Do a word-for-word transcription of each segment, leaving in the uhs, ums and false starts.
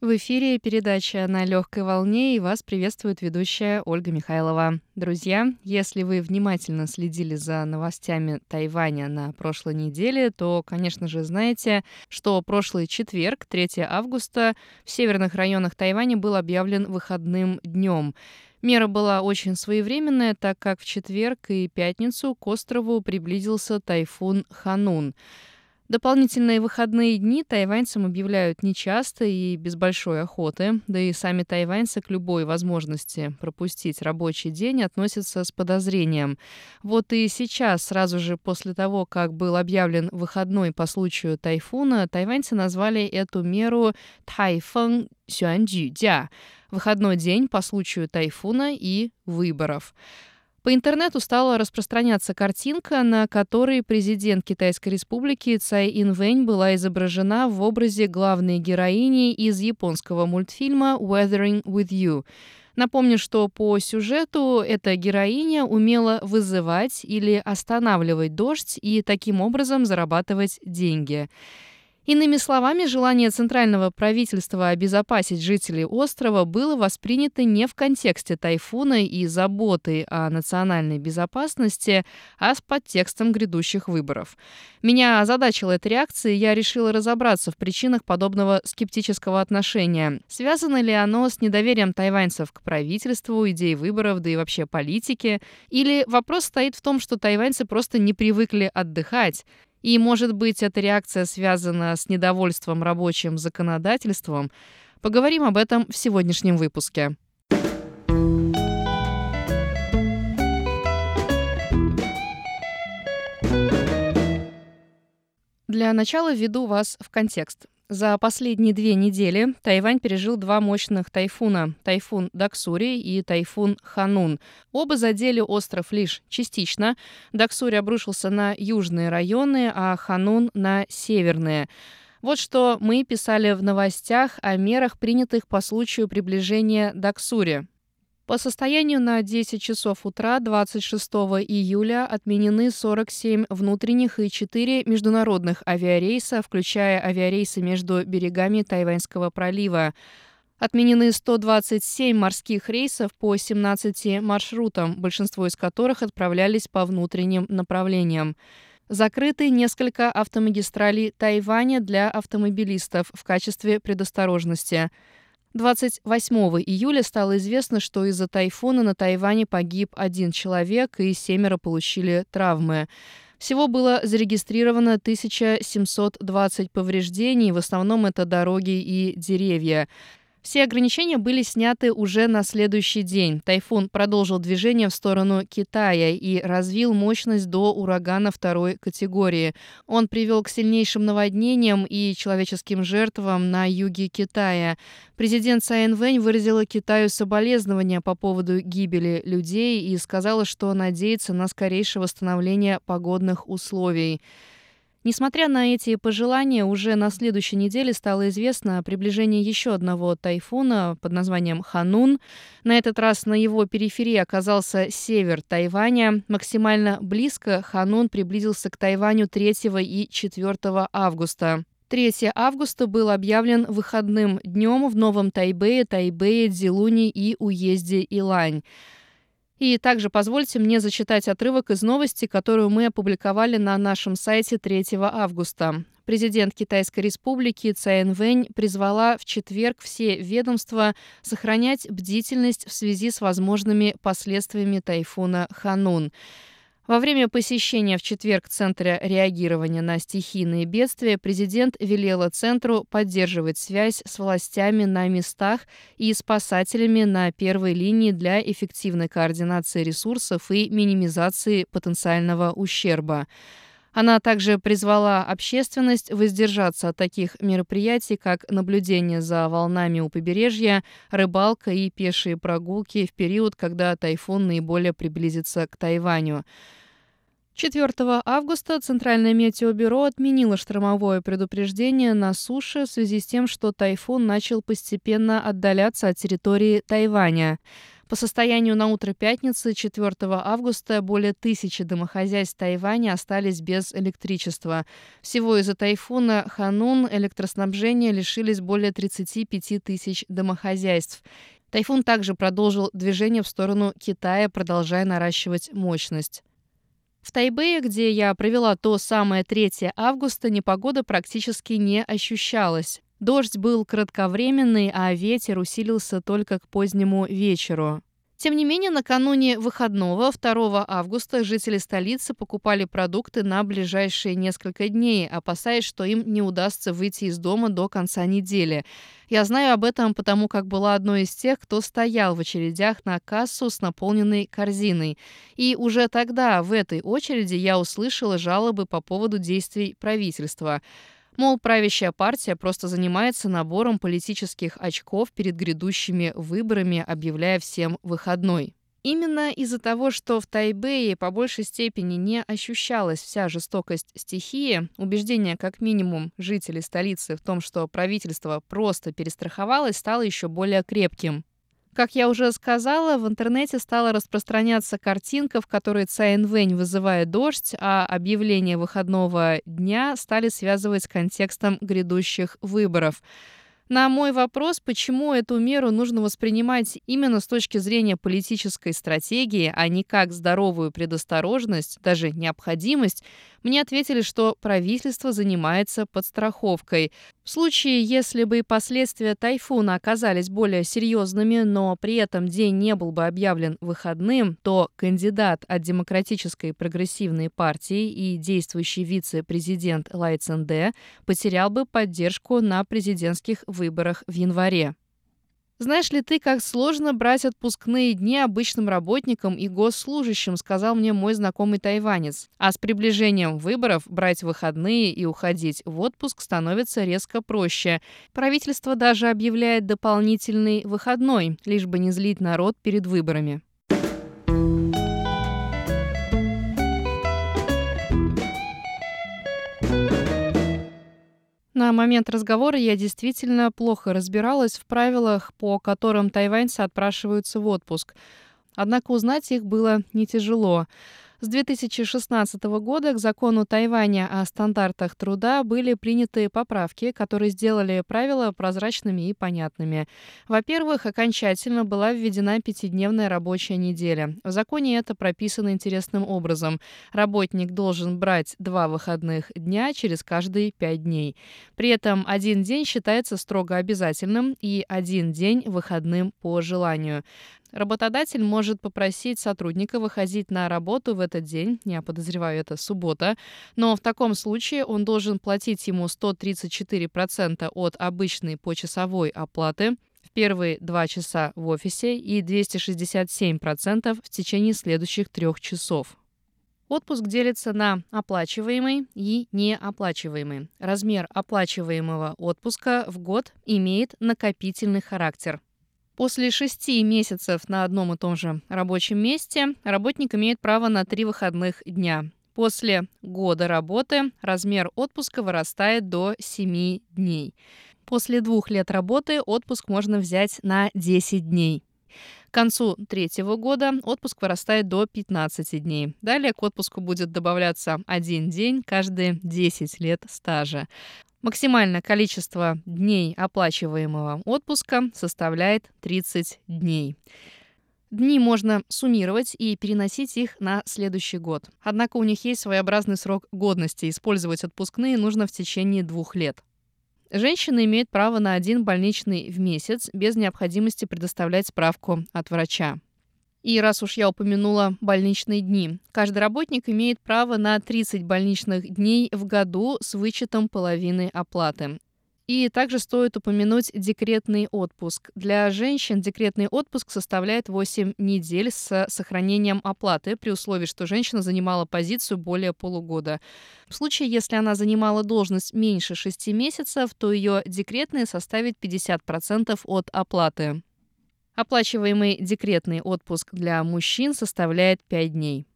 В эфире передача «На легкой волне» и вас приветствует ведущая Ольга Михайлова. Друзья, если вы внимательно следили за новостями Тайваня на прошлой неделе, то, конечно же, знаете, что прошлый четверг, третьего августа, в северных районах Тайваня был объявлен выходным днем. Мера была очень своевременная, так как в четверг и пятницу к острову приблизился тайфун Ханун. Дополнительные выходные дни тайваньцам объявляют нечасто и без большой охоты, да и сами тайваньцы к любой возможности пропустить рабочий день относятся с подозрением. Вот и сейчас, сразу же после того, как был объявлен выходной по случаю тайфуна, тайваньцы назвали эту меру «тайфэн сюаньджюдя» – выходной день по случаю тайфуна и выборов. По интернету стала распространяться картинка, на которой президент Китайской республики Цай Инвэнь была изображена в образе главной героини из японского мультфильма «Weathering with You». Напомню, что по сюжету эта героиня умела вызывать или останавливать дождь и таким образом зарабатывать деньги. Иными словами, желание центрального правительства обезопасить жителей острова было воспринято не в контексте тайфуна и заботы о национальной безопасности, а с подтекстом грядущих выборов. Меня озадачила эта реакция, и я решила разобраться в причинах подобного скептического отношения. Связано ли оно с недоверием тайваньцев к правительству, идее выборов, да и вообще политике? Или вопрос стоит в том, что тайваньцы просто не привыкли отдыхать? И, может быть, эта реакция связана с недовольством рабочим законодательством? Поговорим об этом в сегодняшнем выпуске. Для начала введу вас в контекст. За последние две недели Тайвань пережил два мощных тайфуна – тайфун Даксури и тайфун Ханун. Оба задели остров лишь частично. Даксури обрушился на южные районы, а Ханун – на северные. Вот что мы писали в новостях о мерах, принятых по случаю приближения Даксури. По состоянию на десять часов утра двадцать шестого июля отменены сорок семь внутренних и четыре международных авиарейса, включая авиарейсы между берегами Тайваньского пролива. Отменены сто двадцать семь морских рейсов по семнадцати маршрутам, большинство из которых отправлялись по внутренним направлениям. Закрыты несколько автомагистралей Тайваня для автомобилистов в качестве предосторожности. двадцать восьмого июля стало известно, что из-за тайфуна на Тайване погиб один человек и семеро получили травмы. Всего было зарегистрировано тысяча семьсот двадцать повреждений, в основном это дороги и деревья. Все ограничения были сняты уже на следующий день. Тайфун продолжил движение в сторону Китая и развил мощность до урагана второй категории. Он привел к сильнейшим наводнениям и человеческим жертвам на юге Китая. Президент Цай Инвэнь выразила Китаю соболезнования по поводу гибели людей и сказала, что надеется на скорейшее восстановление погодных условий. Несмотря на эти пожелания, уже на следующей неделе стало известно о приближении еще одного тайфуна под названием Ханун. На этот раз на его периферии оказался север Тайваня. Максимально близко Ханун приблизился к Тайваню третьего и четвёртого августа. третьего августа был объявлен выходным днем в Новом Тайбэе, Тайбэе, Цзилуне и уезде Илань. И также позвольте мне зачитать отрывок из новости, которую мы опубликовали на нашем сайте третьего августа. Президент Китайской республики Цай Инвэнь призвала в четверг все ведомства сохранять бдительность в связи с возможными последствиями тайфуна Ханун. Во время посещения в четверг Центра реагирования на стихийные бедствия президент велела Центру поддерживать связь с властями на местах и спасателями на первой линии для эффективной координации ресурсов и минимизации потенциального ущерба. Она также призвала общественность воздержаться от таких мероприятий, как наблюдение за волнами у побережья, рыбалка и пешие прогулки в период, когда тайфун наиболее приблизится к Тайваню. четвёртого августа Центральное метеобюро отменило штормовое предупреждение на суше в связи с тем, что тайфун начал постепенно отдаляться от территории Тайваня. По состоянию на утро пятницы, четвёртого августа, более тысячи домохозяйств Тайваня остались без электричества. Всего из-за тайфуна Ханун электроснабжения лишились более тридцати пяти тысяч домохозяйств. Тайфун также продолжил движение в сторону Китая, продолжая наращивать мощность. В Тайбэе, где я провела то самое третьего августа, непогода практически не ощущалась. Дождь был кратковременный, а ветер усилился только к позднему вечеру. Тем не менее, накануне выходного, второго августа, жители столицы покупали продукты на ближайшие несколько дней, опасаясь, что им не удастся выйти из дома до конца недели. Я знаю об этом, потому как была одной из тех, кто стоял в очередях на кассу с наполненной корзиной. И уже тогда, в этой очереди, я услышала жалобы по поводу действий правительства. Мол, правящая партия просто занимается набором политических очков перед грядущими выборами, объявляя всем выходной. Именно из-за того, что в Тайбэе по большей степени не ощущалась вся жестокость стихии, убеждение как минимум жителей столицы в том, что правительство просто перестраховалось, стало еще более крепким. Как я уже сказала, в интернете стала распространяться картинка, в которой Цай Инвэнь вызывает дождь, а объявление выходного дня стали связывать с контекстом грядущих выборов. На мой вопрос, почему эту меру нужно воспринимать именно с точки зрения политической стратегии, а не как здоровую предосторожность, даже необходимость, мне ответили, что правительство занимается подстраховкой. В случае, если бы последствия тайфуна оказались более серьезными, но при этом день не был бы объявлен выходным, то кандидат от Демократической прогрессивной партии и действующий вице-президент Лай Цзэнде потерял бы поддержку на президентских выборах в январе. «Знаешь ли ты, как сложно брать отпускные дни обычным работникам и госслужащим», сказал мне мой знакомый тайванец. А с приближением выборов брать выходные и уходить в отпуск становится резко проще. Правительство даже объявляет дополнительный выходной, лишь бы не злить народ перед выборами. На момент разговора я действительно плохо разбиралась в правилах, по которым тайваньцы отпрашиваются в отпуск. Однако узнать их было не тяжело. С две тысячи шестнадцатого года к закону Тайваня о стандартах труда были приняты поправки, которые сделали правила прозрачными и понятными. Во-первых, окончательно была введена пятидневная рабочая неделя. В законе это прописано интересным образом. Работник должен брать два выходных дня через каждые пять дней. При этом один день считается строго обязательным и один день выходным по желанию. Работодатель может попросить сотрудника выходить на работу в этот день, я подозреваю, это суббота, но в таком случае он должен платить ему сто тридцать четыре процента от обычной почасовой оплаты в первые два часа в офисе и двести шестьдесят семь процентов в течение следующих трех часов. Отпуск делится на оплачиваемый и неоплачиваемый. Размер оплачиваемого отпуска в год имеет накопительный характер. После шести месяцев на одном и том же рабочем месте работник имеет право на три выходных дня. После года работы размер отпуска вырастает до семи дней. После двух лет работы отпуск можно взять на десять дней. К концу третьего года отпуск вырастает до пятнадцати дней. Далее к отпуску будет добавляться один день каждые десять лет стажа. Максимальное количество дней оплачиваемого отпуска составляет тридцать дней. Дни можно суммировать и переносить их на следующий год. Однако у них есть своеобразный срок годности. Использовать отпускные нужно в течение двух лет. Женщина имеет право на один больничный в месяц без необходимости предоставлять справку от врача. И раз уж я упомянула больничные дни, каждый работник имеет право на тридцать больничных дней в году с вычетом половины оплаты. И также стоит упомянуть декретный отпуск. Для женщин декретный отпуск составляет восемь недель с сохранением оплаты, при условии, что женщина занимала позицию более полугода. В случае, если она занимала должность меньше шести месяцев, то ее декретный составит пятьдесят процентов от оплаты. Оплачиваемый декретный отпуск для мужчин составляет пять дней.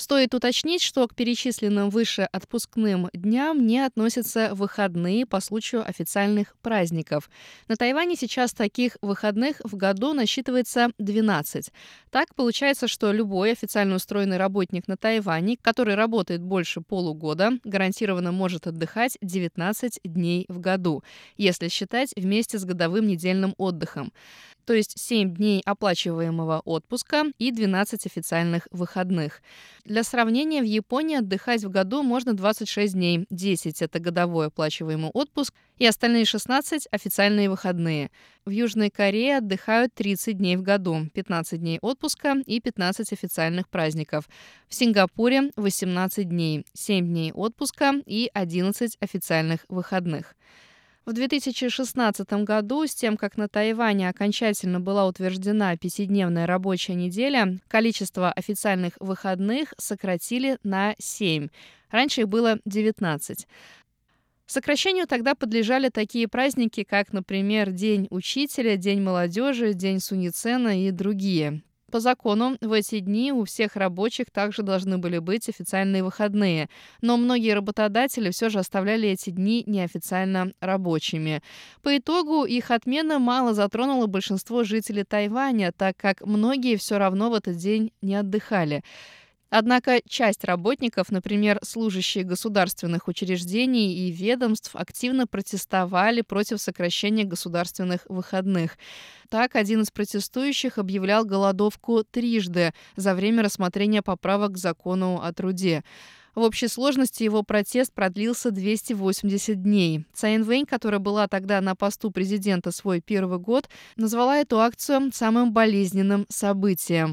Стоит уточнить, что к перечисленным выше отпускным дням не относятся выходные по случаю официальных праздников. На Тайване сейчас таких выходных в году насчитывается двенадцать. Так получается, что любой официально устроенный работник на Тайване, который работает больше полугода, гарантированно может отдыхать девятнадцать дней в году, если считать вместе с годовым недельным отдыхом. То есть семь дней оплачиваемого отпуска и двенадцать официальных выходных. Для сравнения, в Японии отдыхать в году можно двадцать шесть дней. десять – это годовой оплачиваемый отпуск, и остальные шестнадцать – официальные выходные. В Южной Корее отдыхают тридцать дней в году, пятнадцать дней отпуска и пятнадцать официальных праздников. В Сингапуре – восемнадцать дней, семь дней отпуска и одиннадцать официальных выходных. В две тысячи шестнадцатом году, с тем, как на Тайване окончательно была утверждена пятидневная рабочая неделя, количество официальных выходных сократили на семь. Раньше их было девятнадцать. Сокращению тогда подлежали такие праздники, как, например, День учителя, День молодежи, День Суньцзяна и другие. По закону, в эти дни у всех рабочих также должны были быть официальные выходные, но многие работодатели все же оставляли эти дни неофициально рабочими. По итогу их отмена мало затронула большинство жителей Тайваня, так как многие все равно в этот день не отдыхали. Однако часть работников, например, служащие государственных учреждений и ведомств, активно протестовали против сокращения государственных выходных. Так, один из протестующих объявлял голодовку трижды за время рассмотрения поправок к закону о труде. В общей сложности его протест продлился двести восемьдесят дней. Цай Инвэнь, которая была тогда на посту президента свой первый год, назвала эту акцию самым болезненным событием.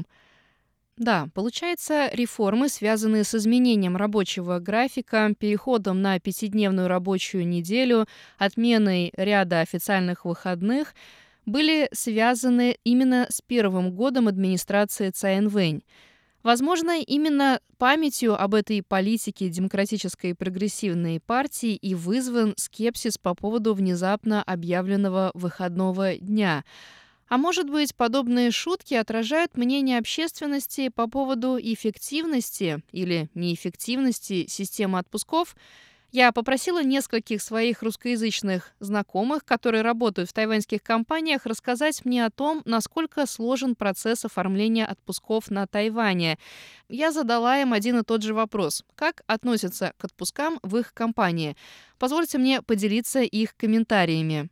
Да, получается, реформы, связанные с изменением рабочего графика, переходом на пятидневную рабочую неделю, отменой ряда официальных выходных, были связаны именно с первым годом администрации Цай Инвэнь. Возможно, именно памятью об этой политике демократической и прогрессивной партии и вызван скепсис по поводу внезапно объявленного выходного дня. А может быть, подобные шутки отражают мнение общественности по поводу эффективности или неэффективности системы отпусков? Я попросила нескольких своих русскоязычных знакомых, которые работают в тайваньских компаниях, рассказать мне о том, насколько сложен процесс оформления отпусков на Тайване. Я задала им один и тот же вопрос: как относятся к отпускам в их компании? Позвольте мне поделиться их комментариями.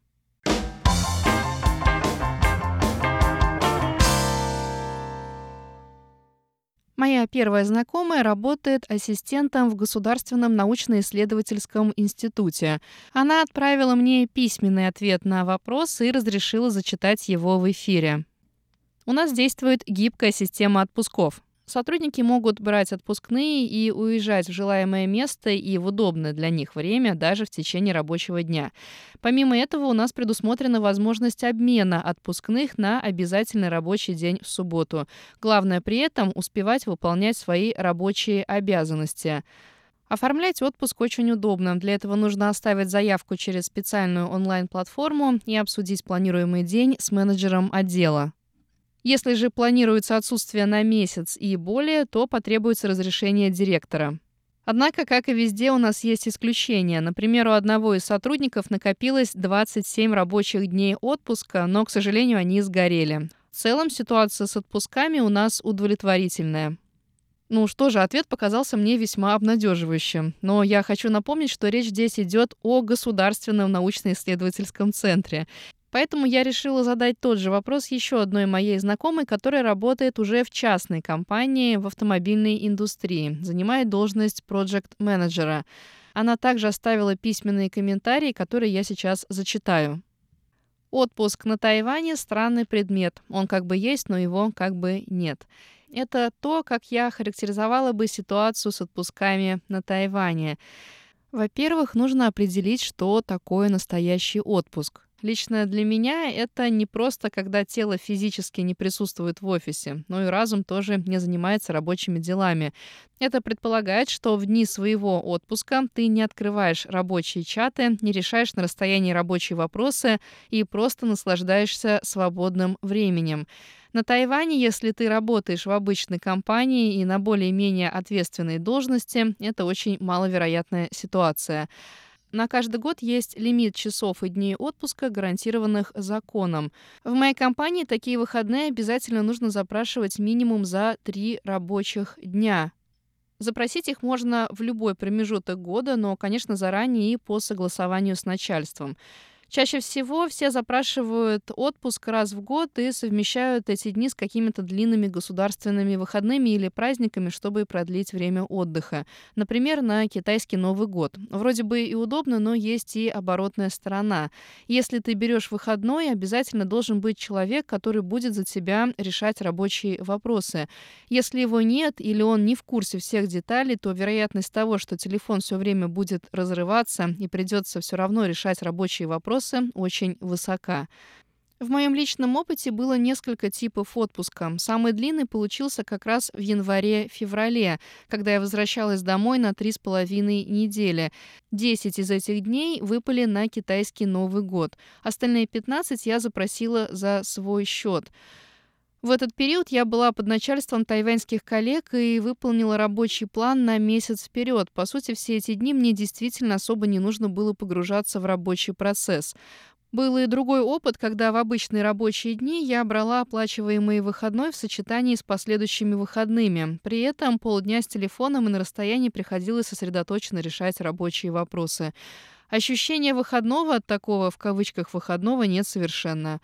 Моя первая знакомая работает ассистентом в Государственном научно-исследовательском институте. Она отправила мне письменный ответ на вопрос и разрешила зачитать его в эфире. У нас действует гибкая система отпусков. Сотрудники могут брать отпускные и уезжать в желаемое место и в удобное для них время даже в течение рабочего дня. Помимо этого, у нас предусмотрена возможность обмена отпускных на обязательный рабочий день в субботу. Главное при этом успевать выполнять свои рабочие обязанности. Оформлять отпуск очень удобно. Для этого нужно оставить заявку через специальную онлайн-платформу и обсудить планируемый день с менеджером отдела. Если же планируется отсутствие на месяц и более, то потребуется разрешение директора. Однако, как и везде, у нас есть исключения. Например, у одного из сотрудников накопилось двадцать семь рабочих дней отпуска, но, к сожалению, они сгорели. В целом, ситуация с отпусками у нас удовлетворительная. Ну что же, ответ показался мне весьма обнадеживающим. Но я хочу напомнить, что речь здесь идет о Государственном научно-исследовательском центре. Поэтому я решила задать тот же вопрос еще одной моей знакомой, которая работает уже в частной компании в автомобильной индустрии, занимает должность проджект-менеджера. Она также оставила письменные комментарии, которые я сейчас зачитаю. Отпуск на Тайване – странный предмет. Он как бы есть, но его как бы нет. Это то, как я характеризовала бы ситуацию с отпусками на Тайване. Во-первых, нужно определить, что такое настоящий отпуск. Лично для меня это не просто, когда тело физически не присутствует в офисе, но и разум тоже не занимается рабочими делами. Это предполагает, что в дни своего отпуска ты не открываешь рабочие чаты, не решаешь на расстоянии рабочие вопросы и просто наслаждаешься свободным временем. На Тайване, если ты работаешь в обычной компании и на более-менее ответственной должности, это очень маловероятная ситуация. На каждый год есть лимит часов и дней отпуска, гарантированных законом. В моей компании такие выходные обязательно нужно запрашивать минимум за три рабочих дня. Запросить их можно в любой промежуток года, но, конечно, заранее и по согласованию с начальством. Чаще всего все запрашивают отпуск раз в год и совмещают эти дни с какими-то длинными государственными выходными или праздниками, чтобы продлить время отдыха. Например, на китайский Новый год. Вроде бы и удобно, но есть и оборотная сторона. Если ты берешь выходной, обязательно должен быть человек, который будет за тебя решать рабочие вопросы. Если его нет или он не в курсе всех деталей, то вероятность того, что телефон все время будет разрываться и придется все равно решать рабочие вопросы, очень высока. В моем личном опыте было несколько типов отпуска. Самый длинный получился как раз в январе-феврале, когда я возвращалась домой на три с половиной недели. Десять из этих дней выпали на китайский Новый год. Остальные пятнадцать я запросила за свой счет. В этот период я была под начальством тайваньских коллег и выполнила рабочий план на месяц вперед. По сути, все эти дни мне действительно особо не нужно было погружаться в рабочий процесс. Был и другой опыт, когда в обычные рабочие дни я брала оплачиваемый выходной в сочетании с последующими выходными. При этом полдня с телефоном и на расстоянии приходилось сосредоточенно решать рабочие вопросы. Ощущения выходного от такого, в кавычках, выходного нет совершенно.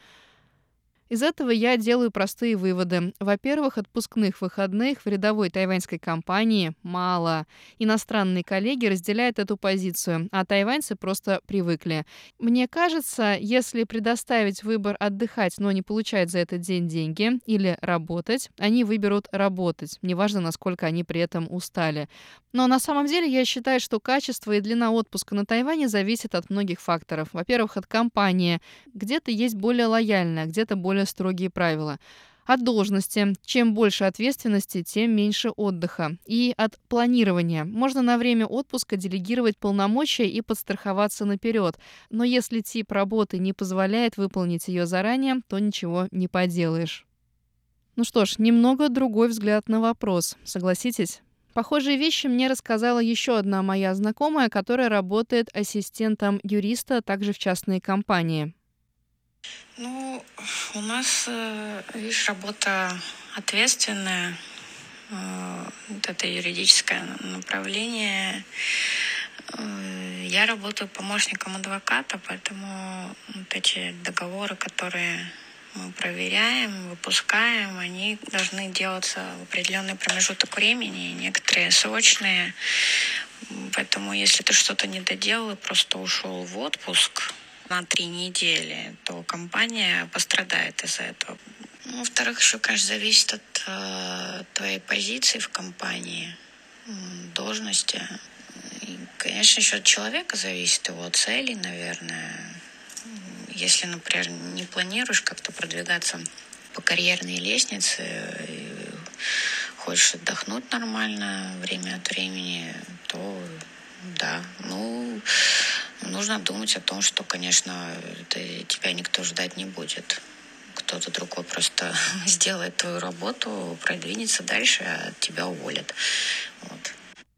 Из этого я делаю простые выводы. Во-первых, отпускных выходных в рядовой тайваньской компании мало. Иностранные коллеги разделяют эту позицию, а тайваньцы просто привыкли. Мне кажется, если предоставить выбор отдыхать, но не получать за этот день деньги, или работать, они выберут работать, неважно, насколько они при этом устали. Но на самом деле я считаю, что качество и длина отпуска на Тайване зависит от многих факторов. Во-первых, от компании. Где-то есть более лояльная, где-то более строгие правила. От должности. Чем больше ответственности, тем меньше отдыха. И от планирования. Можно на время отпуска делегировать полномочия и подстраховаться наперед. Но если тип работы не позволяет выполнить ее заранее, то ничего не поделаешь. Ну что ж, немного другой взгляд на вопрос. Согласитесь? Похожие вещи мне рассказала еще одна моя знакомая, которая работает ассистентом юриста также в частной компании. Ну, у нас, э, видишь, работа ответственная. Э, Вот это юридическое направление. Э, Я работаю помощником адвоката, поэтому вот эти договоры, которые мы проверяем, выпускаем, они должны делаться в определенный промежуток времени, некоторые срочные. Поэтому если ты что-то не доделал и просто ушел в отпуск на три недели, то компания пострадает из-за этого. Ну, во-вторых, еще, конечно, зависит от э, твоей позиции в компании, м, должности. И, конечно, еще от человека зависит, его целей, наверное. Если, например, не планируешь как-то продвигаться по карьерной лестнице, и хочешь отдохнуть нормально время от времени, то да, ну, нужно думать о том, что, конечно, ты, тебя никто ждать не будет. Кто-то другой просто сделает твою работу, продвинется дальше, а тебя уволят. Вот.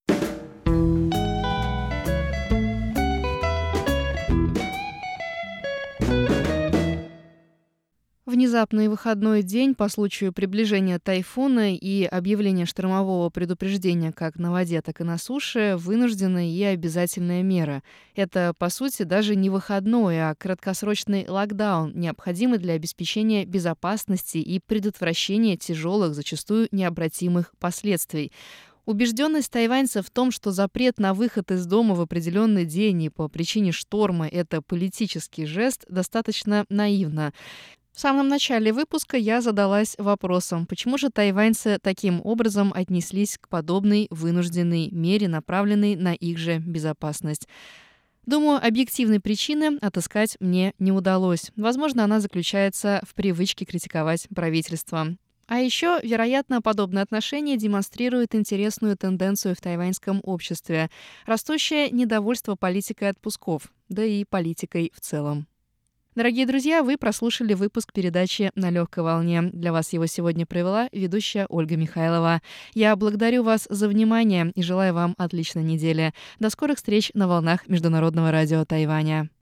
Внезапный выходной день по случаю приближения тайфуна и объявления штормового предупреждения как на воде, так и на суше – вынужденная и обязательная мера. Это, по сути, даже не выходной, а краткосрочный локдаун, необходимый для обеспечения безопасности и предотвращения тяжелых, зачастую необратимых последствий. Убежденность тайваньцев в том, что запрет на выход из дома в определенный день и по причине шторма – это политический жест, достаточно наивна. В самом начале выпуска я задалась вопросом, почему же тайваньцы таким образом отнеслись к подобной вынужденной мере, направленной на их же безопасность. Думаю, объективной причины отыскать мне не удалось. Возможно, она заключается в привычке критиковать правительство. А еще, вероятно, подобное отношение демонстрирует интересную тенденцию в тайваньском обществе – растущее недовольство политикой отпусков, да и политикой в целом. Дорогие друзья, вы прослушали выпуск передачи «На легкой волне». Для вас его сегодня провела ведущая Ольга Михайлова. Я благодарю вас за внимание и желаю вам отличной недели. До скорых встреч на волнах Международного радио Тайваня.